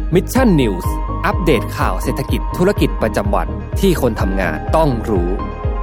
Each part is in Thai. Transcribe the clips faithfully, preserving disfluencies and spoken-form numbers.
Mission News อัปเดตข่าวเศรษฐกิจธุรกิจประจำวันที่คนทำงานต้องรู้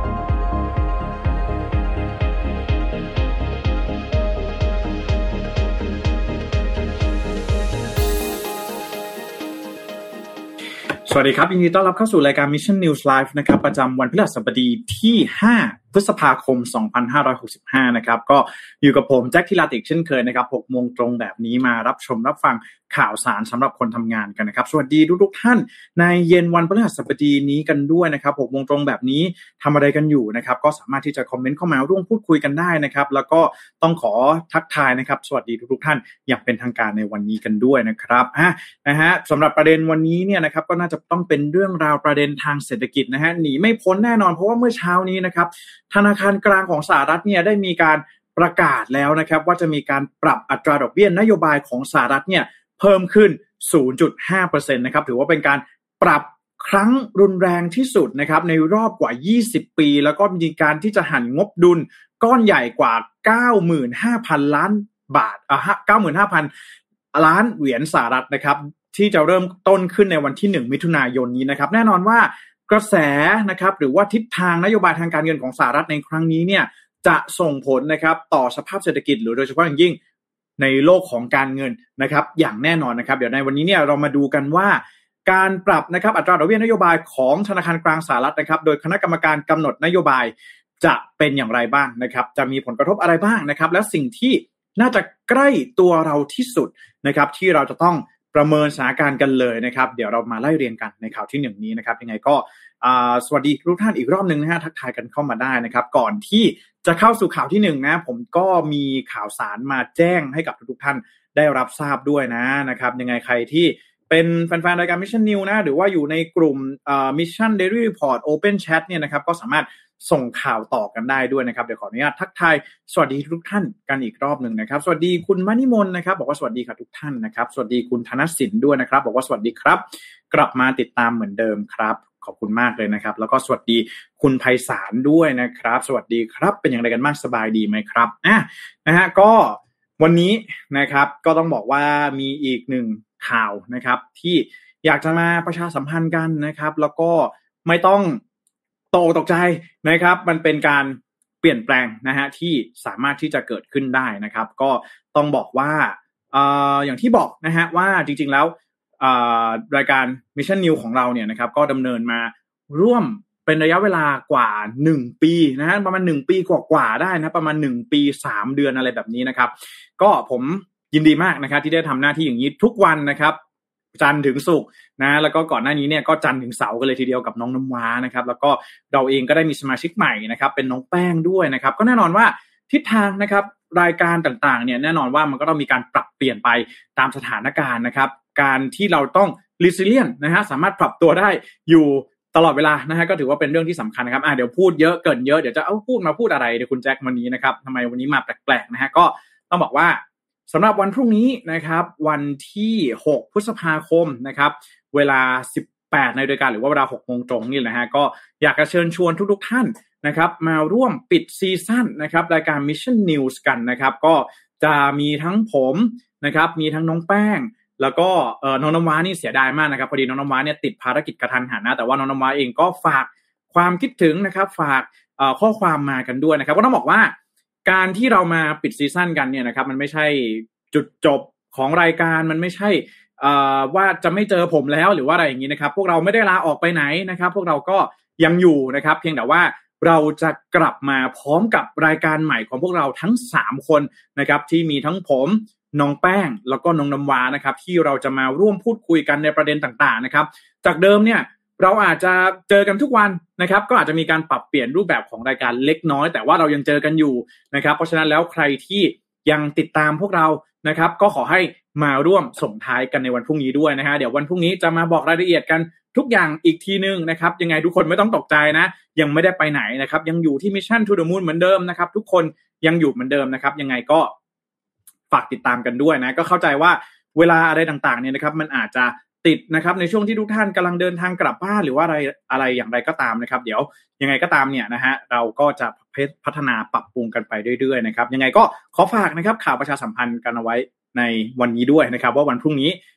สวัสดีครับยินดีต้อนรับเข้าสู่รายการ Mission News Live นะครับประจำวันพฤหัสบดีที่ห้าพฤษภาคมสองพันห้าร้อยหกสิบห้านะครับก็อยู่กับผมแจ็คธีรติกเช่นเคยนะครับ หกโมง ตรงแบบนี้มารับชมรับฟังข่าวสารสำหรับคนทำงานกันนะครับสวัสดีทุกๆท่านในเย็นวันพฤหัสบดีนี้กันด้วยนะครับ หกโมง ตรงแบบนี้ทำอะไรกันอยู่นะครับก็สามารถที่จะคอมเมนต์เข้ามาร่วมพูดคุยกันได้นะครับแล้วก็ต้องขอทักทายนะครับสวัสดีทุกๆท่านอย่างเป็นทางการในวันนี้กันด้วยนะครับอ่ะนะฮะสำหรับประเด็นวันนี้เนี่ยนะครับก็น่าจะต้องเป็นเรื่องราวประเด็นทางเศรษฐกิจนะฮะหนีไม่พ้นแน่นอนเพราะว่าเมื่อเช้านี้นะครับธนาคารกลางของสหรัฐเนี่ยได้มีการประกาศแล้วนะครับว่าจะมีการปรับอัตราดอกเบี้ยนโยบายของสหรัฐเนี่ยเพิ่มขึ้น ศูนย์จุดห้าเปอร์เซ็นต์ นะครับถือว่าเป็นการปรับครั้งรุนแรงที่สุดนะครับในรอบกว่ายี่สิบปีแล้วก็มีการที่จะหั่นงบดุลก้อนใหญ่กว่า เก้าหมื่นห้าพัน ล้านบาทอ่ะ เก้าหมื่นห้าพัน ล้านเหรียญสหรัฐนะครับที่จะเริ่มต้นขึ้นในวันที่หนึ่งมิถุนายนนี้นะครับแน่นอนว่ากระแสนะครับหรือว่าทิศทางนโยบายทางการเงินของสหรัฐในครั้งนี้เนี่ยจะส่งผลนะครับต่อสภาพเศรษฐกิจหรือโดยเฉพาะอย่างยิ่งในโลกของการเงินนะครับอย่างแน่นอนนะครับเดี๋ยวในวันนี้เนี่ยเรามาดูกันว่าการปรับนะครับอัตราดอกเบี้ยนโยบายของธนาคารกลางสหรัฐนะครับโดยคณะกรรมการกำหนดนโยบายจะเป็นอย่างไรบ้างนะครับจะมีผลกระทบอะไรบ้างนะครับและสิ่งที่น่าจะใกล้ตัวเราที่สุดนะครับที่เราจะต้องประเมินสถานการณ์กันเลยนะครับเดี๋ยวเรามาไล่เรียงกันในข่าวที่หนึ่งนี้นะครับยังไงก็สวัสดีทุกท่านอีกรอบนึงนะฮะทักทายกันเข้ามาได้นะครับก่อนที่จะเข้าสู่ข่าวที่หนึ่งนะผมก็มีข่าวสารมาแจ้งให้กับทุกๆท่านได้รับทราบด้วยนะนะครับยังไงใครที่เป็นแฟนๆรายการ Mission News นะหรือว่าอยู่ในกลุ่มเอ่อ Mission Daily Report Open Chat เนี่ยนะครับก็สามารถส่งข่าวต่อกันได้ด้วยนะครับเดี๋ยวขออนุญาตทักทายสวัสดีทุกท่านกันอีกรอบนึงนะครับสวัสดีคุณมณิมนนะครับบอกว่าสวัสดีค่ะทุกท่านนะครับสวัสดีคุณธนสินด้วยนะครับบอกว่าสวัสดีครับกลับมาติดตามเหมือนเดิมครับขอบคุณมากเลยนะครับแล้วก็สวัสดีคุณไพศาลด้วยนะครับสวัสดีครับเป็นอย่างไรกันบ้างสบายดีไหมครับอ่ะนะฮะก็วันนี้นะครับก็ต้องบอกว่ามีอีกหนึ่งข่าวนะครับที่อยากจะมาประชาสัมพันธ์กันนะครับแล้วก็ไม่ต้องตกตกใจนะครับมันเป็นการเปลี่ยนแปลงนะฮะที่สามารถที่จะเกิดขึ้นได้นะครับก็ต้องบอกว่าเอ่ออย่างที่บอกนะฮะว่าจริงๆแล้วรายการ Mission News ของเราเนี่ยนะครับก็ดำเนินมาร่วมเป็นระยะเวลากว่าหนึ่งปีนะฮะประมาณหนึ่งปีกว่าๆได้นะประมาณหนึ่งปีสามเดือนอะไรแบบนี้นะครับก็ผมยินดีมากนะครับที่ได้ทำหน้าที่อย่างนี้ทุกวันนะครับจันทร์ถึงศุกร์นะแล้วก็ก่อนหน้านี้เนี่ยก็จันทร์ถึงเสาร์กันเลยทีเดียวกับน้องน้ำว้านะครับแล้วก็เราเองก็ได้มีสมาชิกใหม่นะครับเป็นน้องแป้งด้วยนะครับก็แน่นอนว่าทิศทางนะครับรายการต่างๆเนี่ยแน่นอนว่ามันก็ต้องมีการปรับเปลี่ยนไปตามสถานการณ์นะครับการที่เราต้อง resilient นะฮะสามารถปรับตัวได้อยู่ตลอดเวลานะฮะก็ถือว่าเป็นเรื่องที่สำคัญนะครับอ่ะเดี๋ยวพูดเยอะเกินเยอะเดี๋ยวจะเอาพูดมาพูดอะไรเดี๋ยวคุณแจ็ควันนี้นะครับทำไมวันนี้มาแปลกๆนะฮะก็ต้องบอกว่าสำหรับวันพรุ่งนี้นะครับวันที่หกพฤษภาคมนะครับเวลาสิบแปดนาฬิกาหรือว่าเวลาหกโมงตรงนี่แหละฮะก็อยากจะเชิญชวนทุกๆท่านนะครับมาร่วมปิดซีซั่นนะครับรายการ Mission News กันนะครับก็จะมีทั้งผมนะครับมีทั้งน้องแป้งแล้วก็เอ่อน้องน้ำว้านี่เสียดายมากนะครับพอดีน้องน้ำว้าเนี่ยติดภารกิจกระทันหันนะแต่ว่าน้องน้ำว้าเองก็ฝากความคิดถึงนะครับฝากเอ่อข้อความมากันด้วยนะครับก็ต้องบอกว่าการที่เรามาปิดซีซั่นกันเนี่ยนะครับมันไม่ใช่จุดจบของรายการมันไม่ใช่เอ่อว่าจะไม่เจอผมแล้วหรือว่าอะไรอย่างงี้นะครับพวกเราไม่ได้ลาออกไปไหนนะครับพวกเราก็ยังอยู่นะครับเพียงแต่ว่าเราจะกลับมาพร้อมกับรายการใหม่ของพวกเราทั้งสามคนนะครับที่มีทั้งผมน้องแป้งแล้วก็น้องน้ำว้านะครับที่เราจะมาร่วมพูดคุยกันในประเด็นต่างๆนะครับจากเดิมเนี่ยเราอาจจะเจอกันทุกวันนะครับก็อาจจะมีการปรับเปลี่ยนรูปแบบของรายการเล็กน้อยแต่ว่าเรายังเจอกันอยู่นะครับเพราะฉะนั้นแล้วใครที่ยังติดตามพวกเรานะครับก็ขอให้มาร่วมส่งท้ายกันในวันพรุ่งนี้ด้วยนะฮะเดี๋ยววันพรุ่งนี้จะมาบอกรายละเอียดกันทุกอย่างอีกทีนึงนะครับยังไงทุกคนไม่ต้องตกใจนะยังไม่ได้ไปไหนนะครับยังอยู่ที่ Mission to the Moon เหมือนเดิมนะครับทุกคนยังอยู่เหมือนเดิมนะครับยังไงก็ฝากติดตามกันด้วยนะก็เข้าใจว่าเวลาอะไรต่างๆเนี่ยนะครับมันอาจจะติดนะครับในช่วงที่ทุกท่านกำลังเดินทางกลับบ้านหรือว่าอะไรอะไรอย่างไรก็ตามนะครับเดี๋ยวยังไงก็ตามเนี่ยนะฮะเราก็จะพัฒนาปรับปรุงกันไปเรื่อยๆนะครับยังไงก็ขอฝากนะครับข่าวประชาสัมพันธ์กันเอาไว้ในวันนี้ด้วยนะครับว่าวันพรุ่งนี้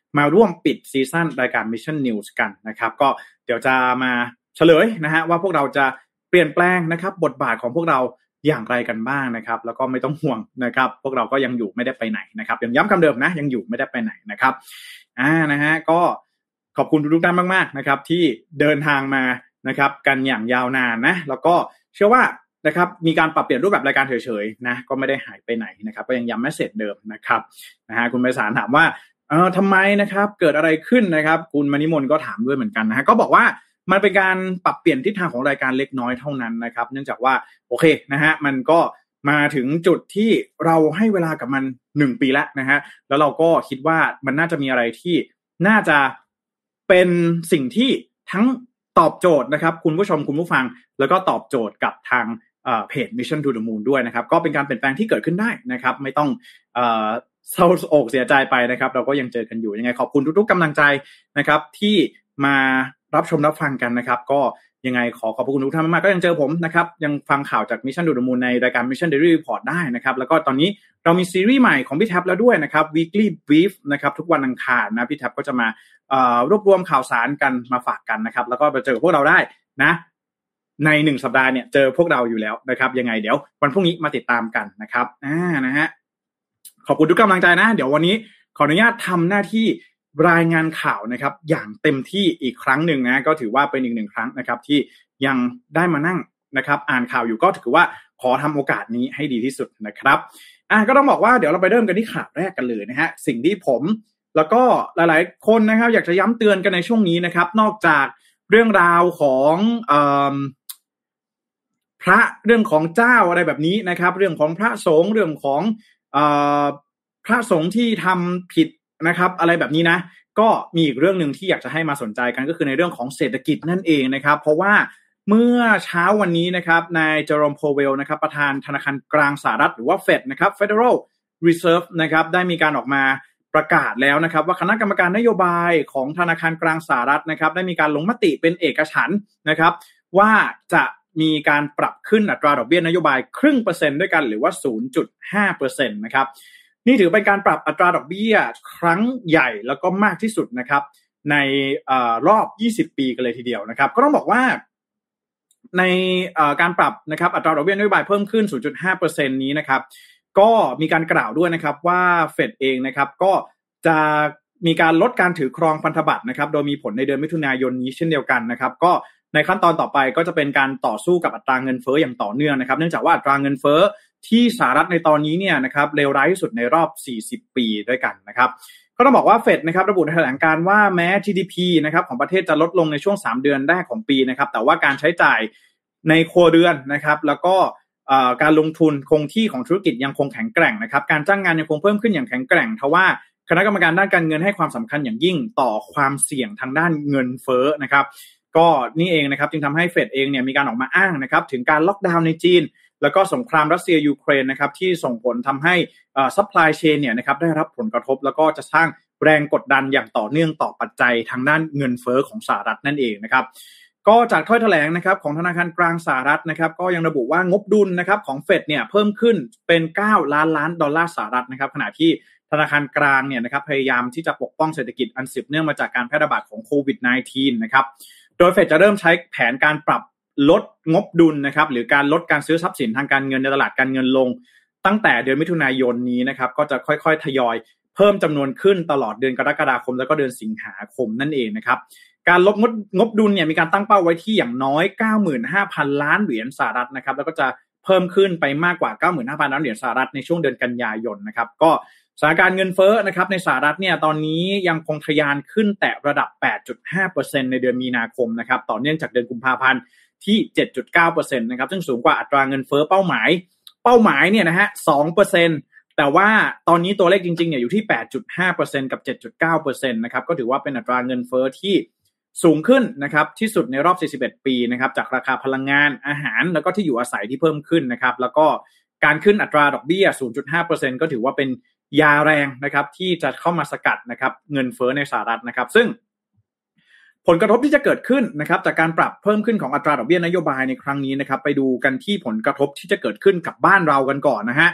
มาร่วมปิดซีซั่นรายการ Mission News กันนะครับก็เดี๋ยวจะมาเฉลยนะฮะว่าพวกเราจะเปลี่ยนแปลงนะครับบทบาทของพวกเราอย่างไรกันบ้างนะครับแล้วก็ไม่ต้องห่วงนะครับพวกเราก็ยังอยู่ไม่ได้ไปไหนนะครับยังย้ำคำเดิมนะยังอยู่ไม่ได้ไปไหนนะครับอ่านะฮะก็ขอบคุณทุกท่านมากๆนะครับที่เดินทางมานะครับกันอย่างยาวนานนะแล้วก็เชื่อว่านะครับมีการปรับเปลี่ยนรูปแบบรายการเฉยๆนะก็ไม่ได้หายไปไหนนะครับก็ยังย้ำเมสเสจเดิมนะครับนะฮะคุณไพศาลถามว่าเออทำไมนะครับเกิดอะไรขึ้นนะครับคุณมณิมนก็ถามด้วยเหมือนกันนะฮะก็บอกว่ามันเป็นการปรับเปลี่ยนทิศทางของรายการเล็กน้อยเท่านั้นนะครับเนื่องจากว่าโอเคนะฮะมันก็มาถึงจุดที่เราให้เวลากับมันหนึ่งปีแล้วนะฮะแล้วเราก็คิดว่ามันน่าจะมีอะไรที่น่าจะเป็นสิ่งที่ทั้งตอบโจทย์นะครับคุณผู้ชมคุณผู้ฟังแล้วก็ตอบโจทย์กับทางเพจ Mission to the Moon ด้วยนะครับก็เป็นการเปลี่ยนแปลงที่เกิดขึ้นได้นะครับไม่ต้องเอ่อเศร้าอกเสียใจไปนะครับเราก็ยังเจอกันอยู่ยังไงขอบคุณทุกๆกำลังใจนะครับที่มารับชมรับฟังกันนะครับก็ยังไงขอขอบคุณทุกท่านมากๆก็ยังเจอผมนะครับยังฟังข่าวจาก Mission to the Moon ในรายการ Mission Daily Report ได้นะครับแล้วก็ตอนนี้เรามีซีรีส์ใหม่ของพี่แท็บแล้วด้วยนะครับ Weekly Brief นะครับทุกวันอังคารนะพี่แท็บก็จะมารวบรวมข่าวสารกันมาฝากกันนะครับแล้วก็ไปเจอพวกเราได้นะในหนึ่งสัปดาห์เนี่ยเจอพวกเราอยู่แล้วนะครับยังไงเดี๋ยววันพรุ่งนี้มาติดตามกันนะครับอ่านะฮะขอบคุณทุกกำลังใจนะเดี๋ยววันนี้ขออนุญาตทำหน้าที่รายงานข่าวนะครับอย่างเต็มที่อีกครั้งหนึ่งนะก็ถือว่าเป็นอีกหนึ่งครั้งนะครับที่ยังได้มานั่งนะครับอ่านข่าวอยู่ก็ถือว่าขอทำโอกาสนี้ให้ดีที่สุดนะครับอ่ะก็ต้องบอกว่าเดี๋ยวเราไปเริ่มกันที่ข่าวแรกกันเลยนะฮะสิ่งที่ผมแล้วก็หลายๆคนนะครับอยากจะย้ำเตือนกันในช่วงนี้นะครับนอกจากเรื่องราวของเอ่อพระเรื่องของเจ้าอะไรแบบนี้นะครับเรื่องของพระสงฆ์เรื่องของเอ่อพระสงฆ์ที่ทำผิดนะครับอะไรแบบนี้นะก็มีอีกเรื่องนึงที่อยากจะให้มาสนใจกันก็คือในเรื่องของเศรษฐกิจนั่นเองนะครับเพราะว่าเมื่อเช้าวันนี้นะครับนายเจอโรม โพเวลนะครับประธานธนาคารกลางสหรัฐหรือว่า เฟด นะครับ Federal Reserve นะครับได้มีการออกมาประกาศแล้วนะครับว่าคณะกรรมการนโยบายของธนาคารกลางสหรัฐนะครับได้มีการลงมติเป็นเอกฉันท์นะครับว่าจะมีการปรับขึ้นอัตราดอกเบี้ยนโยบายครึ่งเปอร์เซ็นต์ด้วยกันหรือว่า ศูนย์จุดห้าเปอร์เซ็นต์ นะครับนี่ถือเป็นการปรับอัตราดอกเบี้ยครั้งใหญ่แล้วก็มากที่สุดนะครับในเอ่อรอบยี่สิบปีกันเลยทีเดียวนะครับก็ต้องบอกว่าในเอ่อการปรับนะครับอัตราดอกเบี้ยนโยบายเพิ่มขึ้น ศูนย์จุดห้าเปอร์เซ็นต์ นี้นะครับก็มีการกล่าวด้วยนะครับว่าเฟดเองนะครับก็จะมีการลดการถือครองพันธบัตรนะครับโดยมีผลในเดือนมิถุนายนนี้เช่นเดียวกันนะครับก็ในขั้นตอนต่อไปก็จะเป็นการต่อสู้กับอัตราเงินเฟ้ออย่างต่อเนื่องนะครับเนื่องจากว่าอัตราเงินเฟ้อที่สหรัฐในตอนนี้เนี่ยนะครับเลวร้ายที่สุดในรอบสี่สิบปีด้วยกันนะครับก็ต้องบอกว่าเฟดนะครับระบุในแถลงการณ์ว่าแม้ จี ดี พี นะครับของประเทศจะลดลงในช่วงสามเดือนแรกของปีนะครับแต่ว่าการใช้จ่ายในครัวเรือนนะครับแล้วก็การลงทุนคงที่ของธุรกิจยังคงแข็งแกร่งนะครับการจ้างงานยังคงเพิ่มขึ้นอย่างแข็งแกร่งทว่าคณะกรรมการด้านการเงินให้ความสำคัญอย่างยิ่งต่อความเสี่ยงทางด้านเงินเฟ้อนะครับก็นี่เองนะครับจึงทำให้เฟดเองเนี่ยมีการออกมาอ้างนะครับถึงการล็อกดาวน์ในจีนแล้วก็สงครามรัสเซียยูเครนนะครับที่ส่งผลทำให้ซัพพลายเชนเนี่ยนะครับได้รับผลกระทบแล้วก็จะสร้างแรงกดดันอย่างต่อเนื่องต่อปัจจัยทางด้านเงินเฟ้อของสหรัฐนั่นเองนะครับก็จากถ้อยแถลงนะครับของธนาคารกลางสหรัฐนะครับก็ยังระบุว่างบดุลนะครับของเฟดเนี่ยเพิ่มขึ้นเป็นเก้าล้านล้านดอลลาร์สหรัฐนะครับขณะที่ธนาคารกลางเนี่ยนะครับพยายามที่จะปกป้องเศรษฐกิจอันสืบเนื่องมาจากการแพร่ระบาดของโควิด สิบเก้า นะครับโดยเฟดจะเริ่มใช้แผนการปรับลดงบดุลนะครับหรือการลดการซื้อทรัพย์สินทางการเงินในตลาดการเงินลงตั้งแต่เดือนมิถุนายนนี้นะครับก็จะค่อยๆทยอยเพิ่มจำนวนขึ้นตลอดเดือนกรกฎาคมแล้วก็เดือนสิงหาคมนั่นเองนะครับการลดงบงบดุลเนี่ยมีการตั้งเป้าไว้ที่อย่างน้อย เก้าหมื่นห้าพัน ล้านเหรียญสหรัฐนะครับแล้วก็จะเพิ่มขึ้นไปมากกว่า เก้าหมื่นห้าพัน ล้านเหรียญสหรัฐในช่วงเดือนกันยายนนะครับก็สถานการณ์เงินเฟ้อนะครับในสหรัฐเนี่ยตอนนี้ยังคงทะยานขึ้นแตะระดับ แปดจุดห้าเปอร์เซ็นต์ ในเดือนมีนาคมนะครับต่อเนื่องจากเดือนกุมภาพันธ์ที่ เจ็ดจุดเก้าเปอร์เซ็นต์ นะครับซึ่งสูงกว่าอัตราเงินเฟ้อเป้าหมายเป้าหมายเนี่ยนะฮะ สองเปอร์เซ็นต์ แต่ว่าตอนนี้ตัวเลขจริงๆเนี่ยอยู่ที่ แปดจุดห้าเปอร์เซ็นต์ กับ เจ็ดจุดเก้าเปอร์เซ็นต์ นะครับก็ถือว่าเป็นอัตราเงินเฟ้อที่สูงขึ้นนะครับที่สุดในรอบสี่สิบเอ็ดปีนะครับจากราคาพลังงานอาหารแล้วก็ที่อยู่อาศัยที่เพิ่มขึ้นนะครับแล้วก็การขึ้นอัตราดอกเบี้ย ศูนย์จุดห้าเปอร์เซ็นต์ ก็ถือว่าเป็นยาแรงนะครับที่จะเข้ามาสกัดนะครับเงินเฟ้อในสหรัฐนะครับซึ่งผลกระทบที่จะเกิดขึ้นนะครับจากการปรับเพิ่มขึ้นของอัตราดอกเบี้ยนโยบายในครั้งนี้นะครับไปดูกันที่ผลกระทบที่จะเกิดขึ้นกับบ้านเรากันก่อนนะฮะ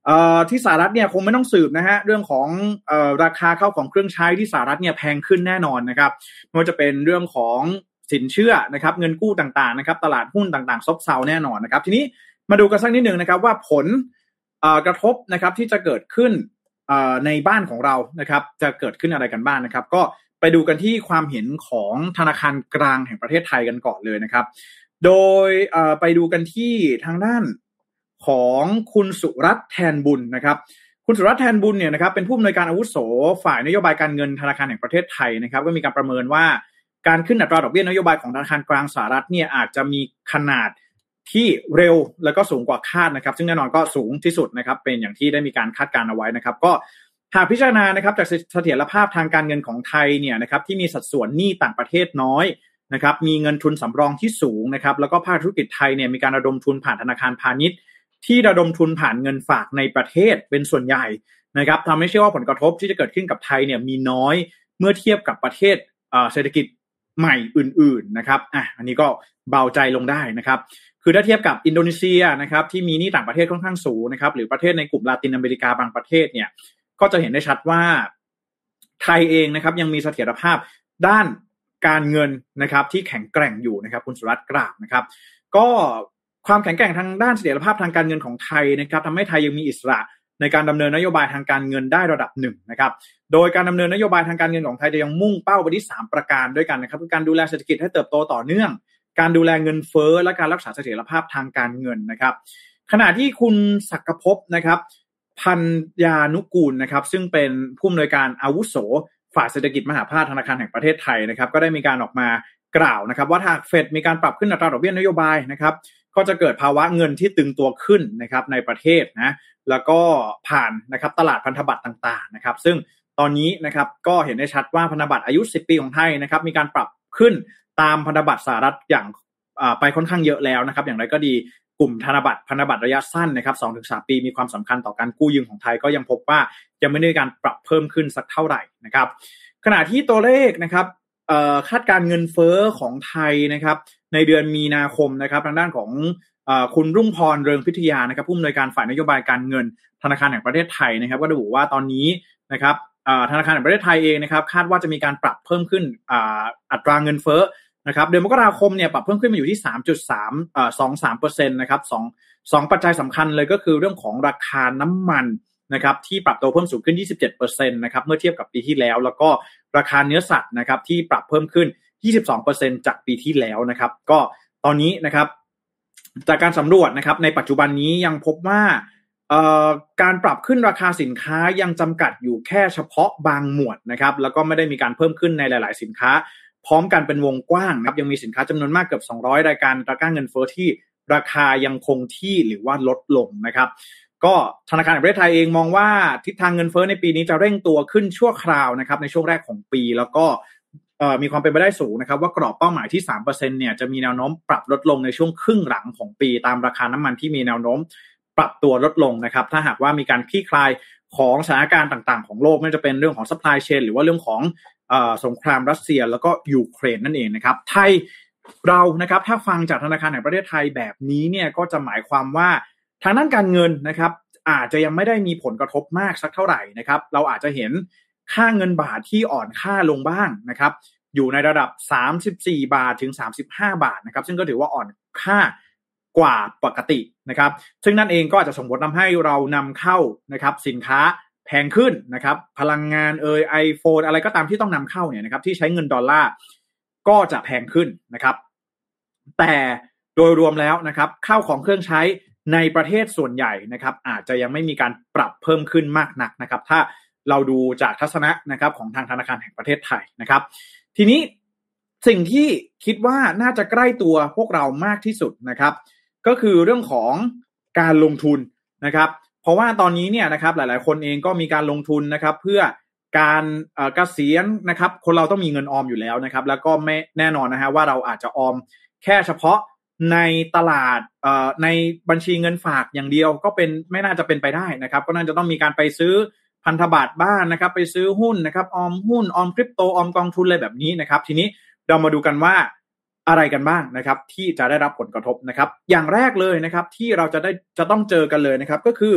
เอ่อที่สหรัฐเนี่ยคงไม่ต้องสืบนะฮะเรื่องของเอ่อราคาเข้าของเครื่องใช้ที่สหรัฐเนี่ยแพงขึ้นแน่นอนนะครับไม่ว่าจะเป็นเรื่องของสินเชื่อนะครับเงินกู้ต่างๆนะครับตลาดหุ้นต่างๆซบเซาแน่นอนนะครับทีนี้มาดูกันสักนิดนึงนะครับว่าผลเอ่อกระทบนะครับที่จะเกิดขึ้นเอ่อในบ้านของเรานะครับจะเกิดขึ้นอะไรกันบ้างนะครับก็ไปดูกันที่ความเห็นของธนาคารกลางแห่งประเทศไทยกันก่อนเลยนะครับโดยเอ่อไปดูกันที่ทางด้านของคุณสุรัตน์แทนบุญนะครับคุณสุรัตน์แทนบุญเนี่ยนะครับเป็นผู้อำนวยการอาวุโสฝ่ายนโยบายการเงินธนาคารแห่งประเทศไทยนะครับก็มีการประเมินว่าการขึ้นอัตราดอกเบี้ยนโยบายของธนาคารกลางสหรัฐเนี่ยอาจจะมีขนาดที่เร็วแล้วก็สูงกว่าคาดนะครับซึ่งแน่นอนก็สูงที่สุดนะครับเป็นอย่างที่ได้มีการคาดการณ์เอาไว้นะครับก็หากพิจารณานะครับจากเสถียรภาพทางการเงินของไทยเนี่ยนะครับที่มีสัดส่วนหนี้ต่างประเทศน้อยนะครับมีเงินทุนสำรองที่สูงนะครับแล้วก็ภาคธุรกิจไทยเนี่ยมีการระดมทุนผ่านธนาคารพาณิชย์ที่ระดมทุนผ่านเงินฝากในประเทศเป็นส่วนใหญ่นะครับทำให้เชื่อว่าผลกระทบที่จะเกิดขึ้นกับไทยเนี่ยมีน้อยเมื่อเทียบกับประเทศเศรษฐกิจใหม่อื่นๆนะครับอ่ะอันนี้ก็เบาใจลงได้นะครับคือถ้าเทียบกับอินโดนีเซียนะครับที่มีหนี้ต่างประเทศค่อนข้างสูงนะครับหรือประเทศในกลุ่มลาตินอเมริกาบางประเทศเนี่ยก็จะเห็นได้ชัดว่าไทยเองนะครับยังมีเสถียรภาพด้านการเงินนะครับที่แข็งแกร่งอยู่นะครับคุณสุรัตน์กล่าวนะครับก็ความแข็งแกร่งทางด้านเสถียรภาพทางการเงินของไทยนะครับทำให้ไทยยังมีอิสระในการดำเนินนโยบายทางการเงินได้ระดับหนึ่งนะครับโดยการดำเนินนโยบายทางการเงินของไทยจะยังมุ่งเป้าไปที่สามประการด้วยกันนะครับคือการดูแลเศรษฐกิจให้เติบโตต่อเนื่องการดูแลเงินเฟ้อและการรักษาเสถียรภาพทางการเงินนะครับขณะที่คุณศักภพนะครับพันยานุกูลนะครับซึ่งเป็นผู้อำนวยการอาวุโสฝ่ายเศรษฐกิจมหาภาคธนาคารแห่งประเทศไทยนะครับก็ได้มีการออกมากล่าวนะครับว่าถ้าเฟดมีการปรับขึ้นอัตราดอกเบี้ยนโยบายนะครับก็จะเกิดภาวะเงินที่ตึงตัวขึ้นนะครับในประเทศนะแล้วก็ผ่านนะครับตลาดพันธบัตรต่างๆนะครับซึ่งตอนนี้นะครับก็เห็นได้ชัดว่าพันธบัตรอายุสิบปีของไทยนะครับมีการปรับขึ้นตามพันธบัตรสหรัฐอย่างไปค่อนข้างเยอะแล้วนะครับอย่างไรก็ดีกลุ่มธนบัตรพันธบัตรระยะสั้นนะครับ สองถึงสาม ปีมีความสำคัญต่อการกู้ยืมของไทยก็ยังพบว่ายังไม่ได้การปรับเพิ่มขึ้นสักเท่าไหร่นะครับขณะที่ตัวเลขนะครับคาดการเงินเฟ้อของไทยนะครับในเดือนมีนาคมนะครับทางด้านของคุณรุ่งพรเรืองพิทยานะครับผู้อำนวยการฝ่ายนโยบายการเงินธนาคารแห่งประเทศไทยนะครับก็ระบุว่าตอนนี้นะครับธนาคารแห่งประเทศไทยเองนะครับคาดว่าจะมีการปรับเพิ่มขึ้นอัตราเงินเฟ้อนะครับเดือนมกราคมเนี่ยปรับเพิ่มขึ้นมาอยู่ที่ สามจุดสาม เอ่อ สองจุดสามเปอร์เซ็นต์ นะครับ2 2ปัจจัยสำคัญเลยก็คือเรื่องของราคาน้ำมันนะครับที่ปรับตัวเพิ่มสูงขึ้น ยี่สิบเจ็ดเปอร์เซ็นต์ นะครับเมื่อเทียบกับปีที่แล้วแล้วก็ราคาเนื้อสัตว์นะครับที่ปรับเพิ่มขึ้น ยี่สิบสองเปอร์เซ็นต์ จากปีที่แล้วนะครับก็ตอนนี้นะครับจากการสำรวจนะครับในปัจจุบันนี้ยังพบว่าเอ่อการปรับขึ้นราคาสินค้ายังจำกัดอยู่แค่เฉพาะบางหมวดนะครับแล้วก็ไม่ได้มีการเพิ่มขึ้นในหลายๆสินค้าพร้อมกันเป็นวงกว้างนะครับยังมีสินค้าจำนวนมากเกือบสองร้อยรายการตะกร้าเงินเฟ้อที่ราคายังคงที่หรือว่าลดลงนะครับก็ธนาคารแห่งประเทศไทยเองมองว่าทิศทางเงินเฟ้อในปีนี้จะเร่งตัวขึ้นชั่วคราวนะครับในช่วงแรกของปีแล้วก็มีความเป็นไปได้สูงนะครับว่ากรอบเป้าหมายที่ สามเปอร์เซ็นต์ เนี่ยจะมีแนวโน้มปรับลดลงในช่วงครึ่งหลังของปีตามราคาน้ำมันที่มีแนวโน้มปรับตัวลดลงนะครับถ้าหากว่ามีการคลี่คลายของสถานการณ์ต่างๆของโลกไม่ว่าจะเป็นเรื่องของ supply chain หรือว่าเรื่องของสงครามรัสเซียแล้วก็ยูเครนนั่นเองนะครับไทยเรานะครับถ้าฟังจากธนาคารแห่งประเทศไทยแบบนี้เนี่ยก็จะหมายความว่าทางด้านการเงินนะครับอาจจะยังไม่ได้มีผลกระทบมากสักเท่าไหร่นะครับเราอาจจะเห็นค่าเงินบาทที่อ่อนค่าลงบ้างนะครับอยู่ในระดับสามสิบสี่บาทถึงสามสิบห้าบาทนะครับซึ่งก็ถือว่าอ่อนค่ากว่าปกตินะครับซึ่งนั่นเองก็อาจจะส่งผลทำให้เรานำเข้านะครับสินค้าแพงขึ้นนะครับพลังงานเอ่ย iPhone อะไรก็ตามที่ต้องนำเข้าเนี่ยนะครับที่ใช้เงินดอลลาร์ก็จะแพงขึ้นนะครับแต่โดยรวมแล้วนะครับข้าวของเครื่องใช้ในประเทศส่วนใหญ่นะครับอาจจะยังไม่มีการปรับเพิ่มขึ้นมากนักนะครับถ้าเราดูจากทัศนะนะครับของทางธนาคารแห่งประเทศไทยนะครับทีนี้สิ่งที่คิดว่าน่าจะใกล้ตัวพวกเรามากที่สุดนะครับก็คือเรื่องของการลงทุนนะครับเพราะว่าตอนนี้เนี่ยนะครับหลายๆคนเองก็มีการลงทุนนะครับเพื่อการเอ่อเกษียณนะครับคนเราต้องมีเงินออมอยู่แล้วนะครับแล้วก็ไม่แน่นอนนะฮะว่าเราอาจจะออมแค่เฉพาะในตลาดเอ่อในบัญชีเงินฝากอย่างเดียวก็เป็นไม่น่าจะเป็นไปได้นะครับก็น่าจะต้องมีการไปซื้อพันธบัตรบ้านนะครับไปซื้อหุ้นนะครับออมหุ้นออมคริปโตออมกองทุนอะไรแบบนี้นะครับทีนี้เรามาดูกันว่าอะไรกันบ้างนะครับที่จะได้รับผลกระทบนะครับอย่างแรกเลยนะครับที่เราจะได้จะต้องเจอกันเลยนะครับก็คือ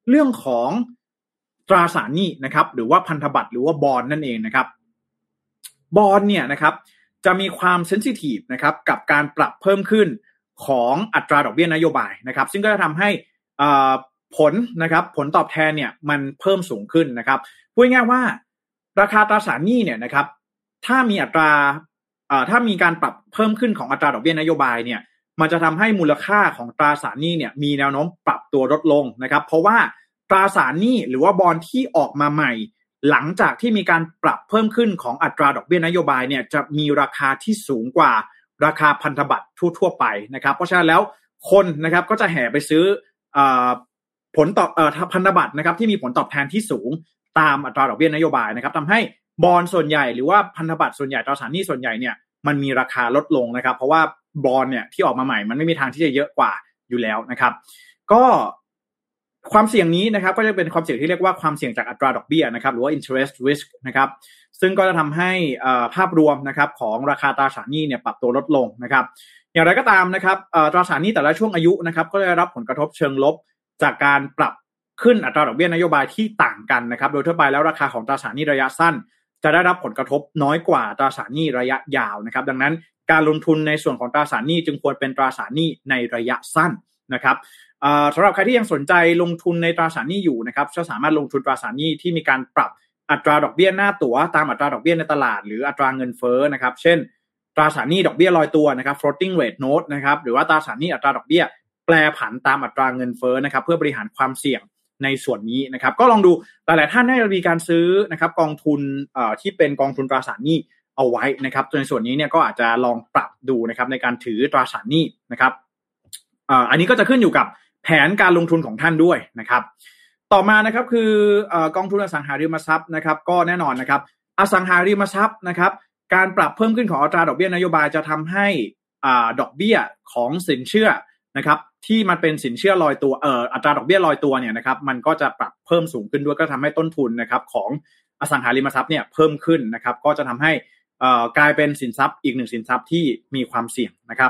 เรื่องของตราสารหนี้นะครับหรือว่าพันธบัตรหรือว่าบอนด์นั่นเองนะครับบอนด์เนี่ยนะครับจะมีความเซนซิทีฟนะครับกับการปรับเพิ่มขึ้นของอัตราดอกเบี้ยนโยบายนะครับซึ่งก็จะทำให้ผลนะครับผลตอบแทนเนี่ยมันเพิ่มสูงขึ้นนะครับพูดง่ายๆว่าราคาตราสารหนี้เนี่ยนะครับถ้ามีอัตราถ้ามีการปรับเพิ่มขึ้นของอัตราดอกเบี้ยนโยบายเนี่ยมันจะทำให้มูลค่าของตราสารหนี้เนี่ยมีแนวโน้มปรับตัวลดลงนะครับเพราะว่าตราสารหนี้หรือว่าบอนด์ที่ออกมาใหม่หลังจากที่มีการปรับเพิ่มขึ้นของอัตราดอกเบี้ยนโยบายเนี่ยจะมีราคาที่สูงกว่าราคาพันธบัตรทั่วๆไปนะครับเพราะฉะนั้นแล้วคนนะครับก็จะแห่ไปซื้อผลตอบพันธบัตรนะครับที่มีผลตอบแทนที่สูงตามอัตราดอกเบี้ยนโยบายนะครับทำให้บอนด์ส่วนใหญ่หรือว่าพันธบัตรส่วนใหญ่ตราสารหนี้ส่วนใหญ่เนี่ยมันมีราคาลดลงนะครับเพราะว่าบอนด์เนี่ยที่ออกมาใหม่มันไม่มีทางที่จะเยอะกว่าอยู่แล้วนะครับก็ความเสี่ยงนี้นะครับก็จะเป็นความเสี่ยงที่เรียกว่าความเสี่ยงจากอัตราดอกเบี้ยนะครับหรือว่า interest risk นะครับซึ่งก็จะทำให้ภาพรวมนะครับของราคาตราสารหนี้เนี่ยปรับตัวลดลงนะครับอย่างไรก็ตามนะครับตราสารหนี้แต่ละช่วงอายุนะครับก็ได้รับผลกระทบเชิงลบจากการปรับขึ้นอัตราดอกเบี้ยนโยบายที่ต่างกันนะครับโดยทั่วไปแล้วราคาของตราสารหนี้ระยะสั้นจะได้รับผลกระทบน้อยกว่าตราสารหนี้ระยะยาวนะครับดังนั้นการลงทุนในส่วนของตราสารหนี้จึงควรเป็นตราสารหนี้ในระยะสั้นนะครับสำหรับใครที่ยังสนใจลงทุนในตราสารหนี้อยู่นะครับจะสามารถลงทุนตราสารหนี้ที่มีการปรับอัตราดอกเบี้ยหน้าตั๋วตามอัตราดอกเบี้ยในตลาดหรืออัตราเงินเฟ้อนะครับเช่นตราสารหนี้ดอกเบี้ยลอยตัวนะครับ floating rate note นะครับหรือว่าตราสารหนี้อัตราดอกเบี้ยแปรผันตามอัตราเงินเฟ้อนะครับเพื่อบริหารความเสี่ยงในส่วนนี้นะครับก็ลองดูหลายๆท่านได้มีการซื้อนะครับกองทุนเอ่อที่เป็นกองทุนตราสารหนี้เอาไว้นะครับในส่วนนี้เนี่ยก็อาจจะลองปรับดูนะครับในการถือตราสารหนี้นะครับเอ่ออันนี้ก็จะขึ้นอยู่กับแผนการลงทุนของท่านด้วยนะครับต่อมานะครับคือเอ่อกองทุนอสังหาริมทรัพย์นะครับก็แน่นอนนะครับอสังหาริมทรัพย์นะครับการปรับเพิ่มขึ้นของอัตราดอกเบี้ยนโยบายจะทำให้อ่าดอกเบี้ยของสินเชื่อนะครับที่มันเป็นสินเชื่อลอยตัวเอ่ออัตราดอกเบี้ยลอยตัวเนี่ยนะครับมันก็จะปรับเพิ่มสูงขึ้นด้วยก็ทำให้ต้นทุนนะครับของอสังหาริมทรัพย์เนี่ยเพิ่มขึ้นนะครับก็จะทำให้เอ่อกลายเป็นสินทรัพย์อีกหนึ่งสินทรัพย์ที่มีความเสี่ยงนะครับ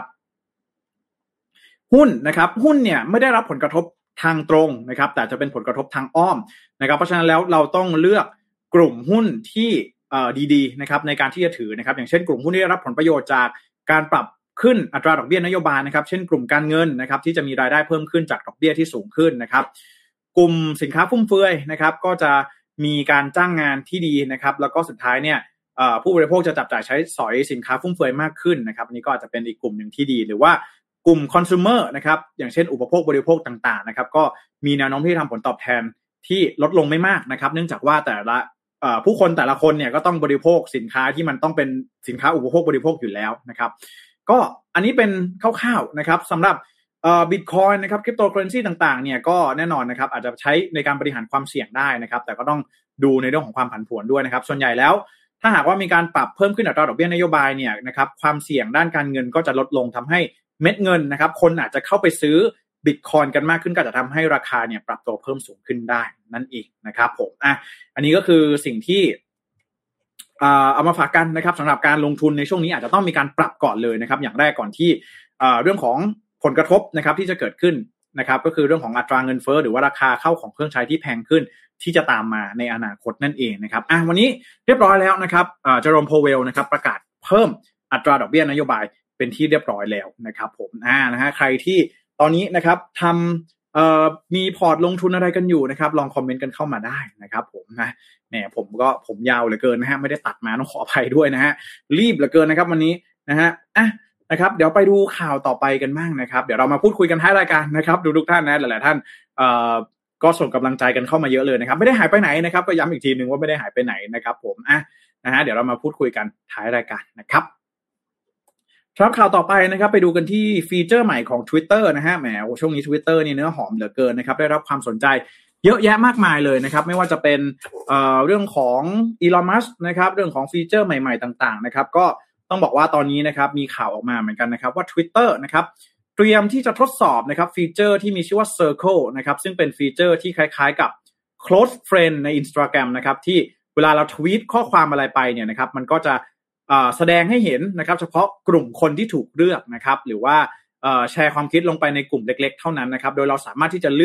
หุ้นนะครับหุ้นเนี่ยไม่ได้รับผลกระทบทางตรงนะครับแต่จะเป็นผลกระทบทางอ้อมนะครับเพราะฉะนั้นแล้วเราต้องเลือกกลุ่มหุ้นที่เอ่อดีๆนะครับในการที่จะถือนะครับอย่างเช่นกลุ่มหุ้นที่ได้รับผลประโยชน์จากการปรับขึ้นอัตราดอกเบี้ยนโยบายนะครับเช่นกลุ่มการเงินนะครับที่จะมีรายได้เพิ่มขึ้นจากดอกเบี้ยที่สูงขึ้นนะครับกลุ่มสินค้าฟุ่มเฟือยนะครับก็จะมีการจ้างงานที่ดีนะครับแล้วก็สุดท้ายเนี่ยผู้บริโภคจะจับจ่ายใช้สอยสินค้าฟุ่มเฟือยมากขึ้นนะครับอันนี้ก็อาจจะเป็นอีกกลุ่มหนึ่งที่ดีหรือว่ากลุ่มคอน sumer นะครับอย่างเช่นอุปโภคบริโภคต่างๆนะครับก็มีแนวโน้มที่ทำผลตอบแทนที่ลดลงไม่มากนะครับเนื่องจากว่าแต่ละผู้คนแต่ละคนเนี่ยก็ต้องบริโภคสินค้าที่มันต้องเป็นสินค้าอุปโภคบริโภคอยู่แล้วนะครับก็อันนี้เป็นคร่าวๆนะครับสำหรับเอ่อ Bitcoin นะครับคริปโตเคอเรนซีต่างๆเนี่ยก็แน่นอนนะครับอาจจะใช้ในการบริหารความเสี่ยงได้นะครับแต่ก็ต้องดูในเรื่องของความผันผวนด้วยนะครับส่วนใหญ่แล้วถ้าหากว่ามีการปรับเพิ่มขึ้นอัตราดอกเบี้ยนโยบายเนี่ยนะครับความเสี่ยงด้านการเงินก็จะลดลงทำให้เม็ดเงินนะครับคนอาจจะเข้าไปซื้อ Bitcoin กันมากขึ้นก็จะทำให้ราคาเนี่ยปรับตัวเพิ่มสูงขึ้นได้นั่นเองนะครับผมอ่ะอันนี้ก็คือสิ่งที่เอามาฝากกันนะครับสำหรับการลงทุนในช่วงนี้อาจจะต้องมีการปรับก่อนเลยนะครับอย่างแรกก่อนที่เรื่องของผลกระทบนะครับที่จะเกิดขึ้นนะครับก็คือเรื่องของอัตราเงินเฟ้อหรือว่าราคาเข้าของเครื่องใช้ที่แพงขึ้นที่จะตามมาในอนาคตนั่นเองนะครับอ่ะวันนี้เรียบร้อยแล้วนะครับเจอโรม โพเวลนะครับประกาศเพิ่มอัตราดอกเบี้ยนโยบายเป็นที่เรียบร้อยแล้วนะครับผมอ่านะฮะใครที่ตอนนี้นะครับทำเอ่อมีพอร์ตลงทุนอะไรกันอยู่นะครับลองคอมเมนต์กันเข้ามาได้นะครับผมนะแหมผมก็ผมยาวเหลือเกินนะฮะไม่ได้ตัดมาต้องขออภัยด้วยนะฮะรีบเหลือเกินนะครับวันนี้นะฮะอ่ะนะครับเดี๋ยวไปดูข่าวต่อไปกันบ้างนะครับเดี๋ยวเรามาพูดคุยกันท้ายรายการนะครับดูทุกท่านนะหลายๆท่านเอ่อก็ส่งกำลังใจกันเข้ามาเยอะเลยนะครับไม่ได้หายไปไหนนะครับก็ย้ำอีกทีนึงว่าไม่ได้หายไปไหนนะครับผมอ่ะนะฮะเดี๋ยวเรามาพูดคุยกันท้ายรายการนะครับครับข่าวต่อไปนะครับไปดูกันที่ฟีเจอร์ใหม่ของ Twitter นะฮะแหมช่วงนี้ Twitter นี่เนื้อหอมเหลือเกินนะครับได้รับความสนใจเยอะแยะมากมายเลยนะครับไม่ว่าจะเป็นเอ่อเรื่องของ Elon Musk นะครับเรื่องของฟีเจอร์ใหม่ๆต่างๆนะครับก็ต้องบอกว่าตอนนี้นะครับมีข่าวออกมาเหมือนกันนะครับว่า Twitter นะครับเตรียมที่จะทดสอบนะครับฟีเจอร์ที่มีชื่อว่า Circle นะครับซึ่งเป็นฟีเจอร์ที่คล้ายๆกับ Close Friend ใน Instagram นะครับที่เวลาเราทวีตข้อความอะไรไปเนี่ยนะครับมันก็จะแสดงให้เห็นนะครับเฉพาะกลุ่มคนที่ถูกเลือกนะครับหรือว่าแชร์ความคิดลงไปในกลุ่มเล็กๆเท่านั้นนะครับโดยเราสามารถที่จะเลือก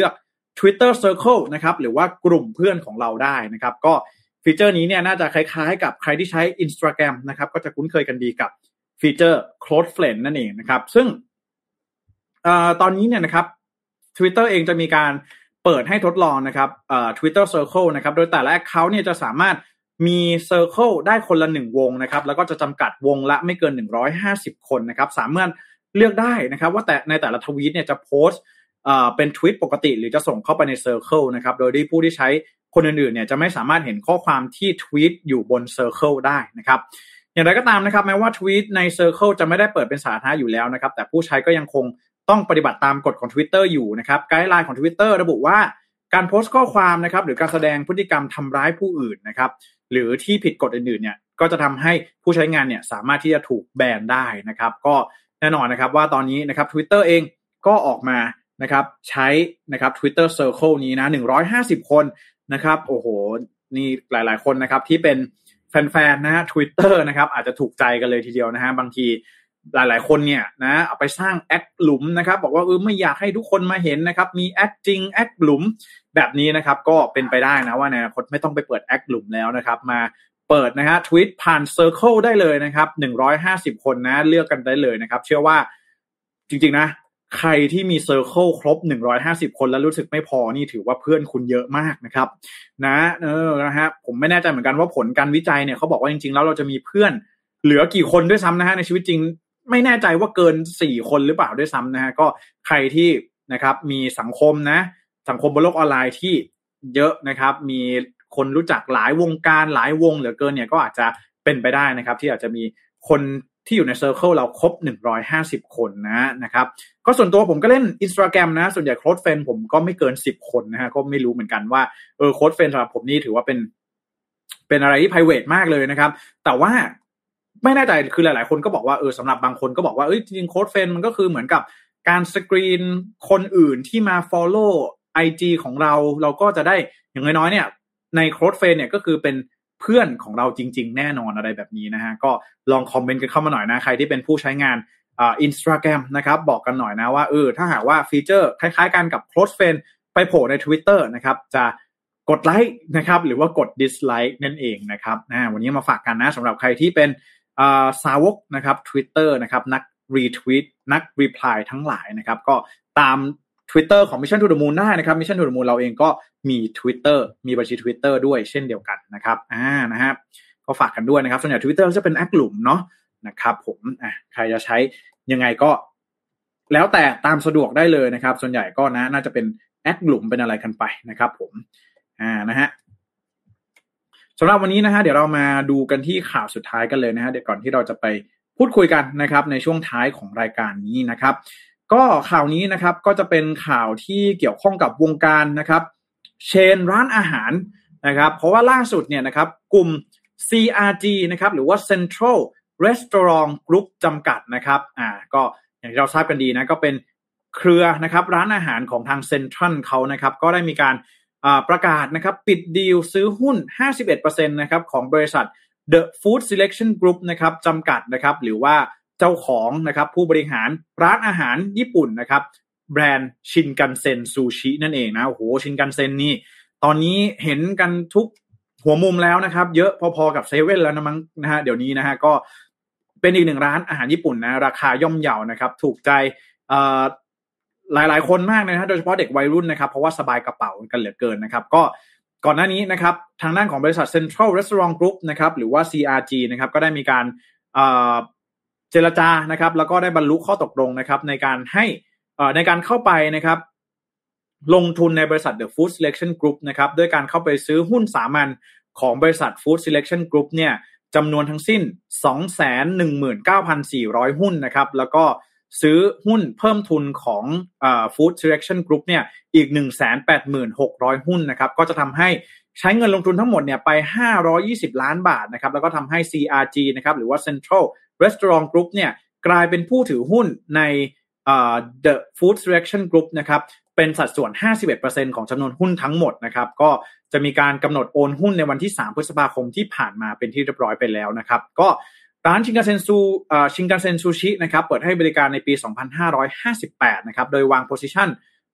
Twitter Circle นะครับหรือว่ากลุ่มเพื่อนของเราได้นะครับก็ฟีเจอร์นี้เนี่ยน่าจะคล้ายๆกับใครที่ใช้ Instagram นะครับก็จะคุ้นเคยกันดีกับฟีเจอร์ Close Friend นั่นเองนะครับซึ่งเอ่อตอนนี้เนี่ยนะครับ Twitter เองจะมีการเปิดให้ทดลองนะครับเอ่อ Twitter Circle นะครับโดยแต่ละ account เนี่ยจะสามารถมี Circle ได้คนละหนึ่งวงนะครับแล้วก็จะจำกัดวงละไม่เกินหนึ่งร้อยห้าสิบคนนะครับสามารถเลือกได้นะครับว่าแต่ในแต่ละทวีตเนี่ยจะโพสต์เอ่อเป็นทวีตปกติหรือจะส่งเข้าไปใน Circle นะครับโดยที่ผู้ที่ใช้คนอื่นๆเนี่ยจะไม่สามารถเห็นข้อความที่ทวีตอยู่บน Circle ได้นะครับอย่างไรก็ตามนะครับแม้ว่าทวีตใน Circle จะไม่ได้เปิดเป็นสาธารณะอยู่แล้วนะครับแต่ผู้ใช้ก็ยังคงต้องปฏิบัติตามกฎของ Twitter อยู่นะครับไกด์ไลน์ของ Twitter ระบุว่าการโพสต์ข้อความนะครับหรือการแสดงพฤติกรรมทำร้ายผู้อื่นนะครับหรือที่ผิดกฎอื่นๆเนี่ยก็จะทำให้ผู้ใช้งานเนี่ยสามารถที่จะถูกแบนได้นะครับก็แน่นอนนะครับว่าตอนนี้นะครับ Twitter เองก็ออกมานะครับใช้นะครับ Twitter Circle นี้นะหนึ่งร้อยห้าสิบคนนะครับโอ้โหนี่หลายๆคนนะครับที่เป็นแฟนๆนะฮะ Twitter นะครับอาจจะถูกใจกันเลยทีเดียวนะฮะบางทีหลายๆคนเนี่ยนะเอาไปสร้างแอคหลุมนะครับบอกว่าเออไม่อยากให้ทุกคนมาเห็นนะครับมีแอคจริงแอคหลุมแบบนี้นะครับก็เป็นไปได้นะว่าในอนาคตไม่ต้องไปเปิดแอคหลุมแล้วนะครับมาเปิดนะฮะทวีตผ่าน Circle ได้เลยนะครับหนึ่งร้อยห้าสิบคนนะเลือกกันได้เลยนะครับเชื่อว่าจริงๆนะใครที่มี Circle ครบหนึ่งร้อยห้าสิบคนแล้วรู้สึกไม่พอนี่ถือว่าเพื่อนคุณเยอะมากนะครับนะเออนะฮะผมไม่แน่ใจเหมือนกันว่าผลการวิจัยเนี่ยเขาบอกว่าจริงๆแล้วเราจะมีเพื่อนเหลือกี่คนด้วยซ้ำนะฮะในชีวิตจริงไม่แน่ใจว่าเกินสี่คนหรือเปล่าด้วยซ้ำนะฮะก็ใครที่นะครับมีสังคมนะสังคมบนโลกออนไลน์ที่เยอะนะครับมีคนรู้จักหลายวงการหลายวงเหลือเกินเนี่ยก็อาจจะเป็นไปได้นะครับที่อาจจะมีคนที่อยู่ในเซอร์เคิลเราครบหนึ่งร้อยห้าสิบคนนะนะครับก็ส่วนตัวผมก็เล่น Instagram นะส่วนใหญ่ Close Friend ผมก็ไม่เกินสิบคนนะฮะก็ไม่รู้เหมือนกันว่าเออ Close Friend สำหรับผมนี่ถือว่าเป็นเป็นอะไรที่ private มากเลยนะครับแต่ว่าไม่แน่ใจคือหลายๆคนก็บอกว่าเออสำหรับบางคนก็บอกว่าเอ้ยจริงๆ Close Friend มันก็คือเหมือนกับการสกรีนคนอื่นที่มา follow ไอ จี ของเราเราก็จะได้อย่างน้อยๆเนี่ยใน Close Friend เนี่ยก็คือเป็นเพื่อนของเราจริงๆแน่นอนอะไรแบบนี้นะฮะก็ลองคอมเมนต์กันเข้ามาหน่อยนะใครที่เป็นผู้ใช้งานอ่า Instagram นะครับบอกกันหน่อยนะว่าเออถ้าหากว่าฟีเจอร์คล้ายๆกันกับ Close Friend ไปโผล่ใน Twitter นะครับจะกดไลค์นะครับหรือว่ากด dislike นั่นเองนะครับนะวันนี้มาฝากกันนะสำหรับใครที่เป็นอ่าสาวกนะครับ Twitter นะครับนัก retweet นัก reply ทั้งหลายนะครับก็ตามTwitter ของ Mission to the Moon ได้นะครับ Mission to the Moon เราเองก็มี Twitter มีบัญชี Twitter ด้วยเช่นเดียวกันนะครับอ่านะฮะก็ฝากกันด้วยนะครับส่วนใหญ่ Twitter จะเป็นแอคหลุมเนาะนะครับผมอ่ะใครจะใช้ยังไงก็แล้วแต่ตามสะดวกได้เลยนะครับส่วนใหญ่ก็นะน่าจะเป็นแอคหลุมเป็นอะไรกันไปนะครับผมอ่านะฮะสำหรับวันนี้นะฮะเดี๋ยวเรามาดูกันที่ข่าวสุดท้ายกันเลยนะฮะเดี๋ยวก่อนที่เราจะไปพูดคุยกันนะครับในช่วงท้ายของรายการนี้นะครับก็ข่าวนี้นะครับก็จะเป็นข่าวที่เกี่ยวข้องกับวงการนะครับเชนร้านอาหารนะครับเพราะว่าล่าสุดเนี่ยนะครับกลุ่ม ซี อาร์ จี นะครับหรือว่า Central Restaurant Group จำกัดนะครับอ่าก็อย่างที่เราทราบกันดีนะก็เป็นเครือนะครับร้านอาหารของทาง Central เขานะครับก็ได้มีการอ่าประกาศนะครับปิดดีลซื้อหุ้น ห้าสิบเอ็ดเปอร์เซ็นต์ นะครับของบริษัท The Food Selection Group นะครับจำกัดนะครับหรือว่าเจ้าของนะครับผู้บริหารร้านอาหารญี่ปุ่นนะครับแบรนด์ชินกันเซ็นซูชินั่นเองนะโอ้โหชินกันเซ็นนี่ตอนนี้เห็นกันทุกหัวมุมแล้วนะครับเยอะพอๆกับเซเว่นแล้วนะมั้งนะฮะเดี๋ยวนี้นะฮะก็เป็นอีกหนึ่งร้านอาหารญี่ปุ่นนะราคาย่อมเยานะครับถูกใจเอ่อหลายๆคนมากนะฮะโดยเฉพาะเด็กวัยรุ่นนะครับเพราะว่าสบายกระเป๋ากันเหลือเกินนะครับก็ก่อนหน้านี้นะครับทางด้านของบริษัท Central Restaurant Group นะครับหรือว่า ซี อาร์ จี นะครับก็ได้มีการเอ่อเจรจานะครับแล้วก็ได้บรรลุข้อตกลงนะครับในการให้เอ่อในการเข้าไปนะครับลงทุนในบริษัท The Food Selection Group นะครับด้วยการเข้าไปซื้อหุ้นสามัญของบริษัท Food Selection Group เนี่ยจำนวนทั้งสิ้น สองแสนหนึ่งหมื่นเก้าพันสี่ร้อย หุ้นนะครับแล้วก็ซื้อหุ้นเพิ่มทุนของเอ่อ Food Selection Group เนี่ยอีก หนึ่งแสนแปดหมื่นหกร้อย หุ้นนะครับก็จะทำให้ใช้เงินลงทุนทั้งหมดเนี่ยไปห้าร้อยยี่สิบล้านบาทนะครับแล้วก็ทำให้ ซี อาร์ จี นะครับหรือว่า Central Restaurant Group เนี่ยกลายเป็นผู้ถือหุ้นในเอ่อ The Food Selection Group นะครับเป็นสัดส่วน ห้าสิบเอ็ดเปอร์เซ็นต์ ของจำนวนหุ้นทั้งหมดนะครับก็จะมีการกำหนดโอนหุ้นในวันที่สามพฤษภาคมที่ผ่านมาเป็นที่เรียบร้อยไปแล้วนะครับก็ร้านชินกันเซ็นซูเอ่อชินกันเซ็นซูชินะครับเปิดให้บริการในปีสองพันห้าร้อยห้าสิบแปดนะครับโดยวางโพซิชั่น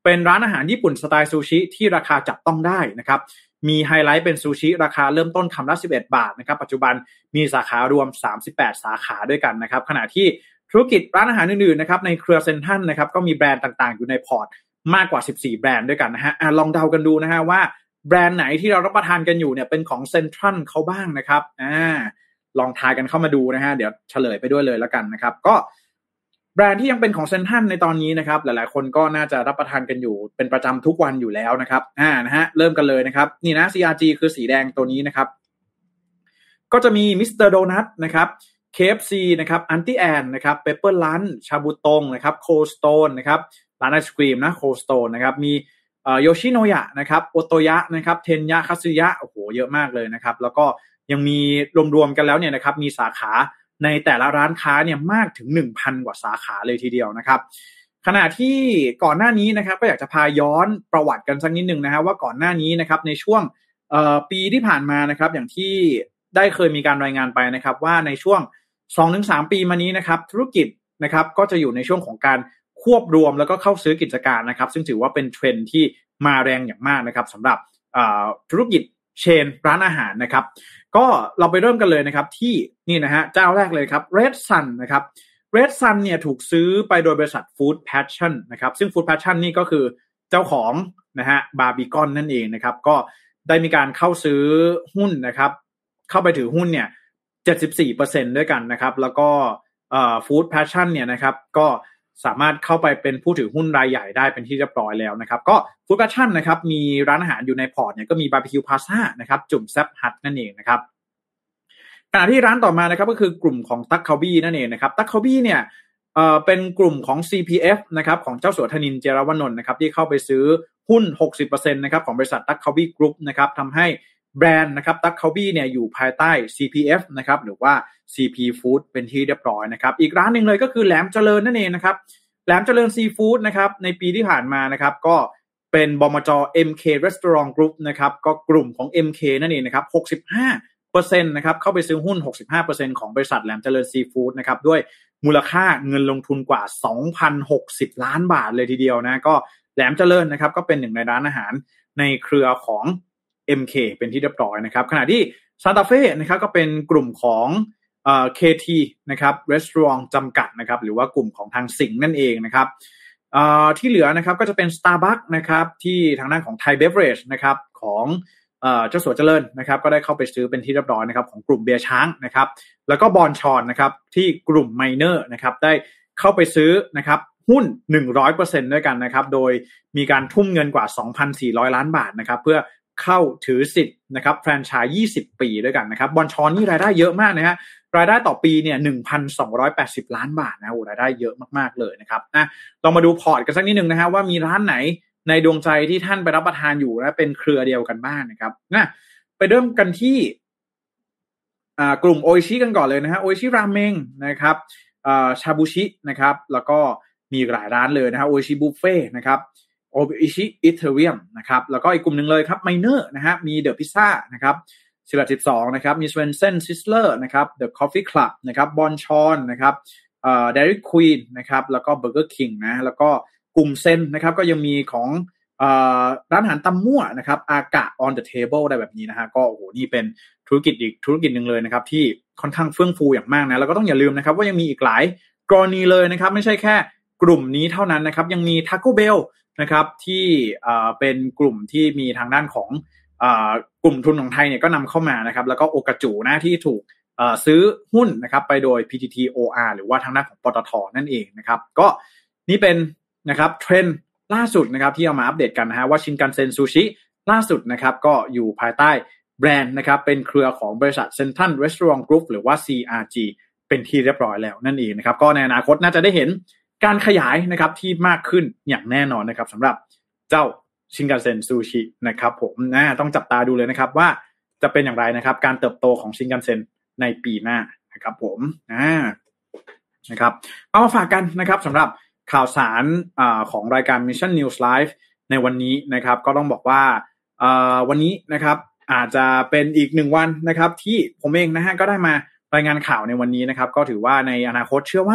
เป็นร้านอาหารญี่ปุ่นสไตล์ซูชิที่ราคาจับต้องได้นะครับมีไฮไลท์เป็นซูชิราคาเริ่มต้นคำละสิบเอ็ดบาทนะครับปัจจุบันมีสาขารวมสามสิบแปดสาขาด้วยกันนะครับขณะที่ธุรกิจร้านอาหารอื่นๆนะครับในเครือเซ็นทรัลนะครับก็มีแบรนด์ต่างๆอยู่ในพอร์ตมากกว่าสิบสี่แบรนด์ด้วยกันนะฮะลองเดากันดูนะฮะว่าแบรนด์ไหนที่เรารับประทานกันอยู่เนี่ยเป็นของเซ็นทรัลเขาบ้างนะครับอ่าลองทายกันเข้ามาดูนะฮะเดี๋ยวเฉลยไปด้วยเลยแล้วกันนะครับก็แบรนด์ที่ยังเป็นของเซ็นทรัลในตอนนี้นะครับหลายๆคนก็น่าจะรับประทานกันอยู่เป็นประจำทุกวันอยู่แล้วนะครับอ่านะฮะเริ่มกันเลยนะครับนี่นะ ซี อาร์ จี คือสีแดงตัวนี้นะครับก็จะมีมิสเตอร์โดนัทนะครับ เค เอฟ ซี นะครับอันตี้แอนนะครับเปปเปอร์ลันช์ชาบูตงนะครับโคสโตนนะครับร้านไอศกรีมนะโคสโตนนะครับมีเอ่อโยชิโนยะนะครับโอโตยะนะครับเทนยะคัตสึยะโอ้โหเยอะมากเลยนะครับแล้วก็ยังมีรวมๆกันแล้วเนี่ยนะครับมีสาขาในแต่ละร้านค้าเนี่ยมากถึง หนึ่งพัน กว่าสาขาเลยทีเดียวนะครับขณะที่ก่อนหน้านี้นะครับก็อยากจะพาย้อนประวัติกันสักนิดนึงนะฮะว่าก่อนหน้านี้นะครับในช่วงเอ่อปีที่ผ่านมานะครับอย่างที่ได้เคยมีการรายงานไปนะครับว่าในช่วง สองถึงสาม ปีมานี้นะครับธุรกิจนะครับก็จะอยู่ในช่วงของการควบรวมแล้วก็เข้าซื้อกิจการนะครับซึ่งถือว่าเป็นเทรนด์ที่มาแรงอย่างมากนะครับสำหรับธุรกิจเชนร้านอาหารนะครับก็เราไปเริ่มกันเลยนะครับที่นี่นะฮะเจ้าแรกเลยครับ Red Sun นะครับ Red Sun เนี่ยถูกซื้อไปโดยบริษัท Food Passion นะครับซึ่ง Food Passion นี่ก็คือเจ้าของนะฮะ Barbicon นั่นเองนะครับก็ได้มีการเข้าซื้อหุ้นนะครับเข้าไปถือหุ้นเนี่ยเจ็ดสิบสี่เปอร์เซ็นต์ ด้วยกันนะครับแล้วก็เอ่อ Food Passion เนี่ยนะครับก็สามารถเข้าไปเป็นผู้ถือหุ้นรายใหญ่ได้เป็นที่เรียบร้อยแล้วนะครับก็ Food Passion นะครับมีร้านอาหารอยู่ในพอร์ตเนี่ยก็มี Barbecue Plaza นะครับจุ่มแซ่บฮัทนั่นเองนะครับขณะที่ร้านต่อมานะครับก็คือกลุ่มของตั๊กเคาบี้นั่นเองนะครับตั๊กเคาบี้เนี่ยเอ่อเป็นกลุ่มของ ซี พี เอฟ นะครับของเจ้าสัวธนินทร์เจรวนนท์นะครับที่เข้าไปซื้อหุ้น หกสิบเปอร์เซ็นต์ นะครับของบริษัทตั๊กเคาบี้กรุ๊ปนะครับทำให้แบรนด์นะครับตั๊กเคาบี้เนี่ยอยู่ภายใต้ ซี พี เอฟ นะครับหรือว่า ซี พี Food เป็นที่เรียบร้อยนะครับอีกร้านนึงเลยก็คือแหลมเจริญนั่นเองนะครับแหลมเจริญซีฟู้ดนะครับในปีที่ผ่านมานะครับก็เป็นบมจ. เอ็ม เค Restaurant Group นะครับก็กลุ่มของ เอ็ม เค นั่นเองนะครับหกสิบห้าเปอร์เซ็นต์ นะครับเข้าไปซื้อหุ้น หกสิบห้าเปอร์เซ็นต์ ของบริษัทแหลมเจริญซีฟู้ดนะครับด้วยมูลค่าเงินลงทุนกว่า สองพันหกสิบ ล้านบาทเลยทีเดียวนะก็แหลมเจริญนะครับก็เป็นหนึ่งในร้านอาหารในเครือของ เอ็ม เค เป็นที่เรียบร้อยนะครับขณะที่ซานตาเฟ่นะครับก็เป็นกลุ่มของเอ่อ เค ที นะครับ Restaurant จำกัดนะครับหรือว่ากลุ่มของทางสิงห์นั่นเองนะครับเอ่อที่เหลือนะครับก็จะเป็น Starbucks นะครับที่ทางด้านของ Thai Beverage นะครับของเอ่อเจ้าสัวเจริญนะครับก็ได้เข้าไปซื้อเป็นที่เรียบร้อยนะครับของกลุ่มเบียร์ช้างนะครับแล้วก็บอนชอนนะครับที่กลุ่มไมเนอร์นะครับได้เข้าไปซื้อนะครับหุ้น หนึ่งร้อยเปอร์เซ็นต์ ด้วยกันนะครับโดยมีการทุ่มเงินกว่า สองพันสี่ร้อย ล้านบาทนะครับเพื่อเข้าถือสิทธิ์นะครับแฟรนไชส์ยี่สิบปีด้วยกันนะครับบอนชอนนี่รายได้เยอะมากนะฮะรายได้ต่อปีเนี่ย หนึ่งพันสองร้อยแปดสิบ ล้านบาทนะโอ้รายได้เยอะมากๆเลยนะครับอ่ะลองมาดูพอร์ตกันสักนิดนึงนะฮะว่ามีร้านไหนในดวงใจที่ท่านไปรับประทานอยู่และเป็นเครือเดียวกันบ้าง น, นะครับนะไปเริ่มกันที่อ่ากลุ่มโออิชิกันก่อนเลยนะฮะโออิชิราเมงนะครับอ่าชาบูชินะครับแล้วก็มีหลายร้านเลยนะฮะโออิชิบุฟเฟ่นะครับโออิชิอิตาเลียนนะครับแล้วก็อีกกลุ่มนึงเลยครับไมเนอร์นะฮะมีเดอะพิซซ่านะครับสิบแปด สิบสองนะครับมี Swensen Sizzler นะครับ The Coffee Club นะครับบอนชอนนะครับเอ่อ Dairy Queen นะครับแล้วก็ Burger King นะแล้วก็กลุ่มเซนนะครับก็ยังมีของเอ่อร้านอาหารตำมั่วนะครับอากะ on the table ได้แบบนี้นะฮะก็โอ้โหนี่เป็นธุรกิจอีกธุรกิจนึงเลยนะครับที่ค่อนข้างเฟื่องฟูอย่างมากนะแล้วก็ต้องอย่าลืมนะครับว่ายังมีอีกหลายกรณีเลยนะครับไม่ใช่แค่กลุ่มนี้เท่านั้นนะครับยังมี Taco Bell นะครับที่เอ่อเป็นกลุ่มที่มีทางด้านของกลุ่มทุนของไทยเนี่ยก็นำเข้ามานะครับแล้วก็โอกาจูนะที่ถูกซื้อหุ้นนะครับไปโดย พี ที ที โอ อาร์ หรือว่าทางด้านของปตท.นั่นเองนะครับก็นี่เป็นนะครับเทรนด์ล่าสุดนะครับที่เอามาอัปเดตกันนะฮะว่าชินคันเซ็นซูชิล่าสุดนะครับก็อยู่ภายใต้แบรนด์นะครับเป็นเครือของบริษัท Central Restaurant Group หรือว่า ซี อาร์ จี เป็นที่เรียบร้อยแล้วนั่นเองนะครับก็ในอนาคตน่าจะได้เห็นการขยายนะครับที่มากขึ้นอย่างแน่นอนนะครับสำหรับเจ้าชินคันเซ็นซูชินะครับผมนะต้องจับตาดูเลยนะครับว่าจะเป็นอย่างไรนะครับการเติบโตของชินคันเซ็นในปีหน้านะครับผมอ่านะครับเอามาฝากกันนะครับสำหรับข่าวสารอ่าของรายการ Mission News Live ในวันนี้นะครับก็ต้องบอกว่าอ่าวันนี้นะครับอาจจะเป็นอีกหนึ่งวันนะครับที่ผมเองนะฮะก็ได้มารายงานข่าวในวันนี้นะครับก็ถือว่าในอนาคตเชื่อว่า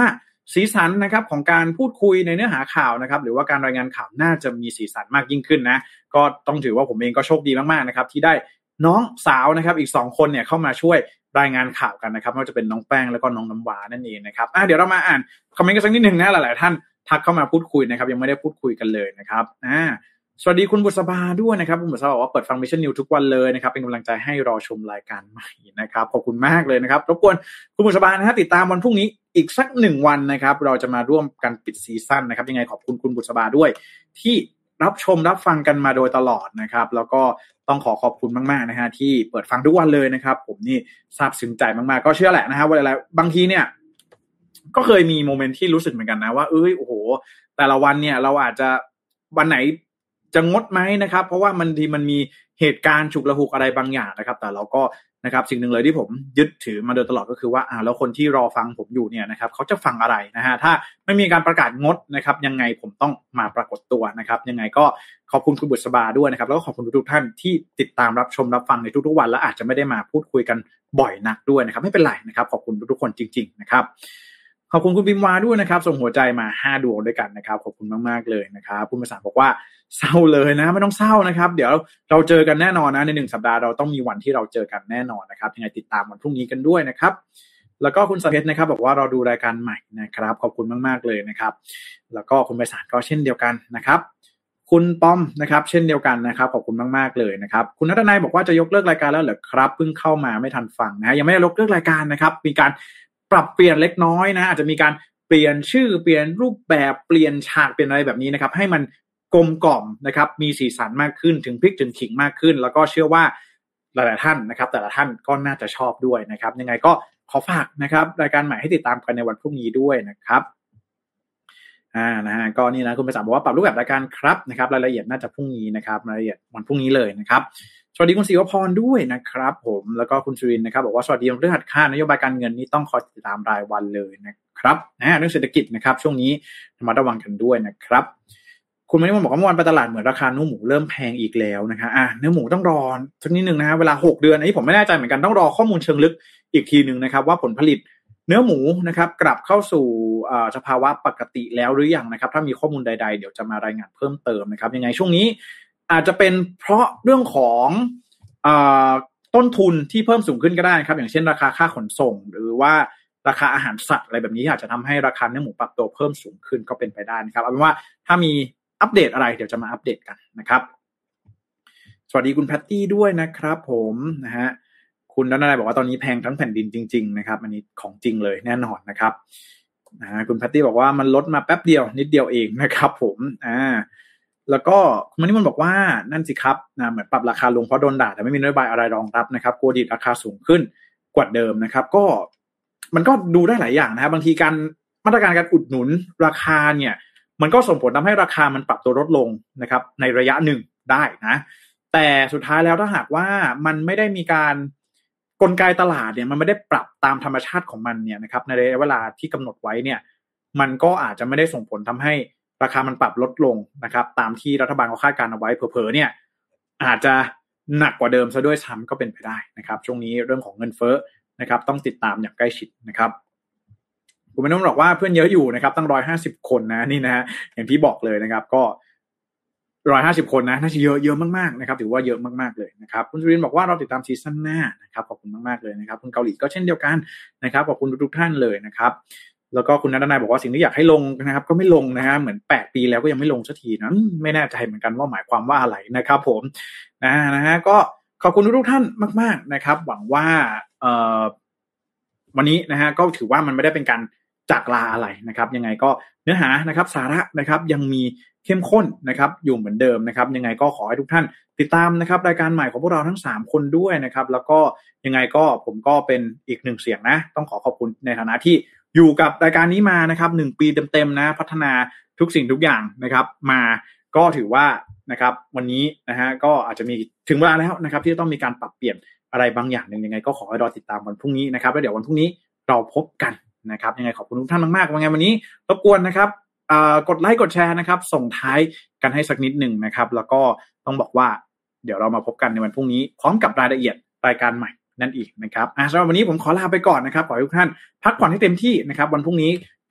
สีสันนะครับของการพูดคุยในเนื้อหาข่าวนะครับหรือว่าการรายงานข่าวน่าจะมีสีสันมากยิ่งขึ้นนะก็ต้องถือว่าผมเองก็โชคดีมากๆนะครับที่ได้น้องสาวนะครับอีกสองคนเนี่ยเข้ามาช่วยรายงานข่าวกันนะครับไม่ว่าจะเป็นน้องแป้งแล้วก็น้องน้ำหวานนั่นเองนะครับอ่ะเดี๋ยวเรามาอ่านคอมเมนต์กันสักนิดนึงนะหลายๆท่านทักเข้ามาพูดคุยนะครับยังไม่ได้พูดคุยกันเลยนะครับอ่าสวัสดีคุณบุษบาด้วยนะครับคุณบุษบาบอกว่าเปิดฟัง Mission News ทุกวันเลยนะครับเป็นกำลังใจให้รอชมรายการใหม่นะครับขอบคุณมากเลยนะครับรบกวนคุณบุษบานะฮะติดตามวันพรุ่งนี้อีกสักหนึ่งวันนะครับเราจะมาร่วมกันปิดซีซั่นนะครับยังไงขอบคุณคุณบุษบาด้วยที่รับชมรับฟังกันมาโดยตลอดนะครับแล้วก็ต้องขอขอบคุณมากๆนะฮะที่เปิดฟังทุกวันเลยนะครับผมนี่ซาบซึ้งใจมากๆก็เชื่อแหละนะฮะว่าอะไรบางทีเนี่ยก็เคยมีโมเมนต์ที่รู้สึกเหมือนกันนะว่าเอ้ยโอ้โหแต่ละวันเนี่ยเราอาจจะวันไหนจะงดไหมนะครับเพราะว่ามันทีมันมีเหตุการณ์ฉุกละหุกอะไรบางอย่างนะครับแต่เราก็นะครับสิ่งหนึ่งเลยที่ผมยึดถือมาโดยตลอดก็คือว่าอ่าแล้วคนที่รอฟังผมอยู่เนี่ยนะครับเขาจะฟังอะไรนะฮะถ้าไม่มีการประกาศงดนะครับยังไงผมต้องมาปรากฏตัวนะครับยังไงก็ขอบคุณคุณบุษบาด้วยนะครับแล้วก็ขอบคุณทุกท่านที่ติดตามรับชมรับฟังในทุกๆวันและอาจจะไม่ได้มาพูดคุยกันบ่อยนักด้วยนะครับไม่เป็นไรนะครับขอบคุณทุกๆคนจริงๆนะครับขอบคุณคุณบิมวาด้วยนะครับส่งหัวใจมาห้าดวงด้วยกันนะครับขอบคุณมากๆเลยนะครับคุณประสานบอกว่าเศร้าเลยนะไม่ต้องเศร้านะครับเดี๋ยวเราเจอกันแน่นอนนะในหนึ่งสัปดาห์เราต้องมีวันที่เราเจอกันแน่นอนนะครับยังไงติดตามวันพรุ่งนี้กันด้วยนะครับแล้วก็คุณสเพชรนะครับบอกว่าเราดูรายการใหม่นะครับขอบคุณมากๆเลยนะครับแล้วก็คุณประสานก็เช่นเดียวกันนะครับคุณป้อมนะครับเช่นเดียวกันนะครับขอบคุณมากๆเลยนะครับคุณณัฐนัยบอกว่าจะยกเลิกรายการแล้วเหรอครับเพิ่งเข้ามาไม่ทันฟังนะฮะยังไม่ได้ยกเลิกรายการนะครับมีการปรับเปลี่ยนเล็กน้อยนะอาจจะมีการเปลี่ยนชื่อเปลี่ยนรูปแบบเปลี่ยนฉากเปลี่ยนอะไรแบบนี้นะครับให้มันกลมกล่อมนะครับมีสีสันมากขึ้นถึงพริกถึงขิงมากขึ้นแล้วก็เชื่อว่าหลายๆท่านนะครับแต่ละท่านก็น่าจะชอบด้วยนะครับยังไงก็ขอฝากนะครับรายการใหม่ให้ติดตามกันในวันพรุ่งนี้ด้วยนะครับอ่านะฮะก็นี่นะคุณประสานบอกว่าปรับรูปแบบรายการครับนะครับรายละเอียดน่าจะพรุ่งนี้นะครับรายละเอียดวันพรุ่งนี้เลยนะครับสวัสดีคุณศิวพรด้วยนะครับผมแล้วก็คุณสุรินทร์นะครับบอกว่าสวัสดีเรื่องหัดค่านโยบายการเงินนี่ต้องคอยติดตามรายวันเลยนะครับนะเรื่องเศรษฐกิจนะครับช่วงนี้ระมัดระวังกันด้วยนะครับคุณมณิมนบอกว่าเมื่อวานไปตลาดเหมือนราคาเนื้อหมูเริ่มแพงอีกแล้วนะคะอ่ะเนื้อหมูต้องรอสักนิดนึงนะฮะเวลาหกเดือนอันนี้ผมไม่แน่ใจเหมือนกันต้องรอข้อมูลเชิงลึกอีกทีนึงนะครับว่าผลผลิตเนื้อหมูนะครับกลับเข้าสู่สภาวะปกติแล้วหรือยังนะครับถ้ามีข้อมูลใดๆเดี๋ยวจะมารายงานเพิ่มเติมนะครับยังไงช่วงนี้อาจจะเป็นเพราะเรื่องของต้นทุนที่เพิ่มสูงขึ้นก็ได้ครับอย่างเช่นราคาค่าขนส่งหรือว่าราคาอาหารสัตว์อะไรแบบนี้อาจจะทำให้ราคาเนื้อหมูปรับตัวเพิ่มสูงขึ้นก็เป็นไปได้นะครับเอาเป็นว่าถ้ามีอัปเดตอะไรเดี๋ยวจะมาอัปเดตกันนะครับสวัสดีคุณแพตตี้ด้วยนะครับผมนะฮะคุณดนายบอกว่าตอนนี้แพงทั้งแผ่นดินจริงๆนะครับอันนี้ของจริงเลยแน่นอนนะครับนะคุณแพตตี้บอกว่ามันลดมาแป๊บเดียวนิดเดียวเองนะครับผมอ่าแล้วก็คุณมณิมนบอกว่านั่นสิครับนะเหมือนปรับราคาลงเพราะโดนด่าแต่ไม่มีนโยบายอะไรรองรับนะครับกลัวดีดราคาสูงขึ้นกว่าเดิมนะครับก็มันก็ดูได้หลายอย่างนะครับบางทีการมาตรการการอุดหนุนราคาเนี่ยมันก็ส่งผลทำให้ราคามันปรับตัวลดลงนะครับในระยะหนึ่งได้นะแต่สุดท้ายแล้วถ้าหากว่ามันไม่ได้มีการกลไกตลาดเนี่ยมันไม่ได้ปรับตามธรรมชาติของมันเนี่ยนะครับในระยะเวลาที่กำหนดไว้เนี่ยมันก็อาจจะไม่ได้ส่งผลทำให้ราคามันปรับลดลงนะครับตามที่รัฐบาลเขาคาดการเอาไว้เผลอๆเนี่ยอาจจะหนักกว่าเดิมซะด้วยซ้ำก็เป็นไปได้นะครับช่วงนี้เรื่องของเงินเฟ้อนะครับต้องติดตามอย่างใกล้ชิดนะครับผมไม่ต้องบอกว่าเพื่อนเยอะอยู่นะครับตั้งหนึ่งร้อยห้าสิบคนนะนี่นะฮะอย่างที่บอกเลยนะครับก็หนึ่งร้อยห้าสิบคนนะน่าจะเยอะเยอะมากๆนะครับถือว่าเยอะมากๆเลยนะครับคุณสุรินทร์บอกว่าเราติดตามซีซั่นหน้านะครับขอบคุณมากๆเลยนะครับคุณเกาหลีก็เช่นเดียวกันนะครับขอบคุณทุกๆท่านเลยนะครับแล้วก็คุณณัฐนัยบอกว่าสิ่งที่อยากให้ลงนะครับก็ไม่ลงนะฮะเหมือนแปดปีแล้วก็ยังไม่ลงสักทีนะไม่แน่ใจเหมือนกันว่าหมายความว่าอะไรนะครับผมนะนะฮะก็ขอบคุณทุกท่านมากๆนะครับหวังว่าเอ่อวันนี้นะฮะก็ถือว่ามันไม่ได้เป็นการจากลาอะไรนะครับยังไงก็เนื้อหานะครับสาระนะครับยังมีเข้มข้นนะครับอยู่เหมือนเดิมนะครับยังไงก็ขอให้ทุกท่านติดตามนะครับรายการใหม่ของพวกเราทั้งสามคนด้วยนะครับแล้วก็ยังไงก็ผมก็เป็นอีกหนึ่งเสียงนะต้องขอขอบคุณในฐานะที่อยู่กับรายการนี้มานะครับหนึ่งปีเต็มๆนะพัฒนาทุกสิ่งทุกอย่างนะครับมาก็ถือว่านะครับวันนี้นะฮะก็อาจจะมีถึงเวลาแล้วนะครับที่ต้องมีการปรับเปลี่ยนอะไรบางอย่างนึงยังไงก็ขอให้รอติดตามวันพรุ่งนี้นะครับแล้วเดี๋ยววันพรุ่งนี้เราพบกันนะครับยังไงขอบคุณทุกท่านมากๆว่าไงวันนี้รบกวนนะครับกดไลค์กดแชร์นะครับส่งท้ายกันให้สักนิดหนึ่งนะครับแล้วก็ต้องบอกว่าเดี๋ยวเรามาพบกันในวันพรุ่งนี้พร้อมกับรายละเอียดรายการใหม่นั่นอีกนะครับอ่ะสำหรับวันนี้ผมขอลาไปก่อนนะครับขอให้ทุกท่านพักผ่อนให้เต็มที่นะครับวันพรุ่งนี้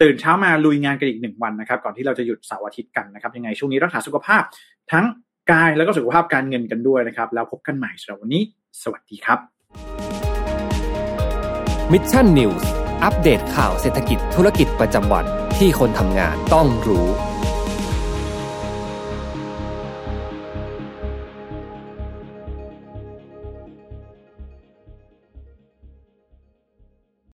ตื่นเช้ามาลุยงานกันอีกหนึ่งวันนะครับก่อนที่เราจะหยุดเสาร์อาทิตย์กันนะครับยังไงช่วงนี้รักษาสุขภาพทั้งกายแล้วก็สุขภาพการเงินกันด้วยนะครับแล้วพบกันใหม่สำหรับวันนี้สวัสดีครับ Mission News อัปเดตข่าวเศรษฐกิจธุรกิจประจำวันที่คนทำงานต้องรู้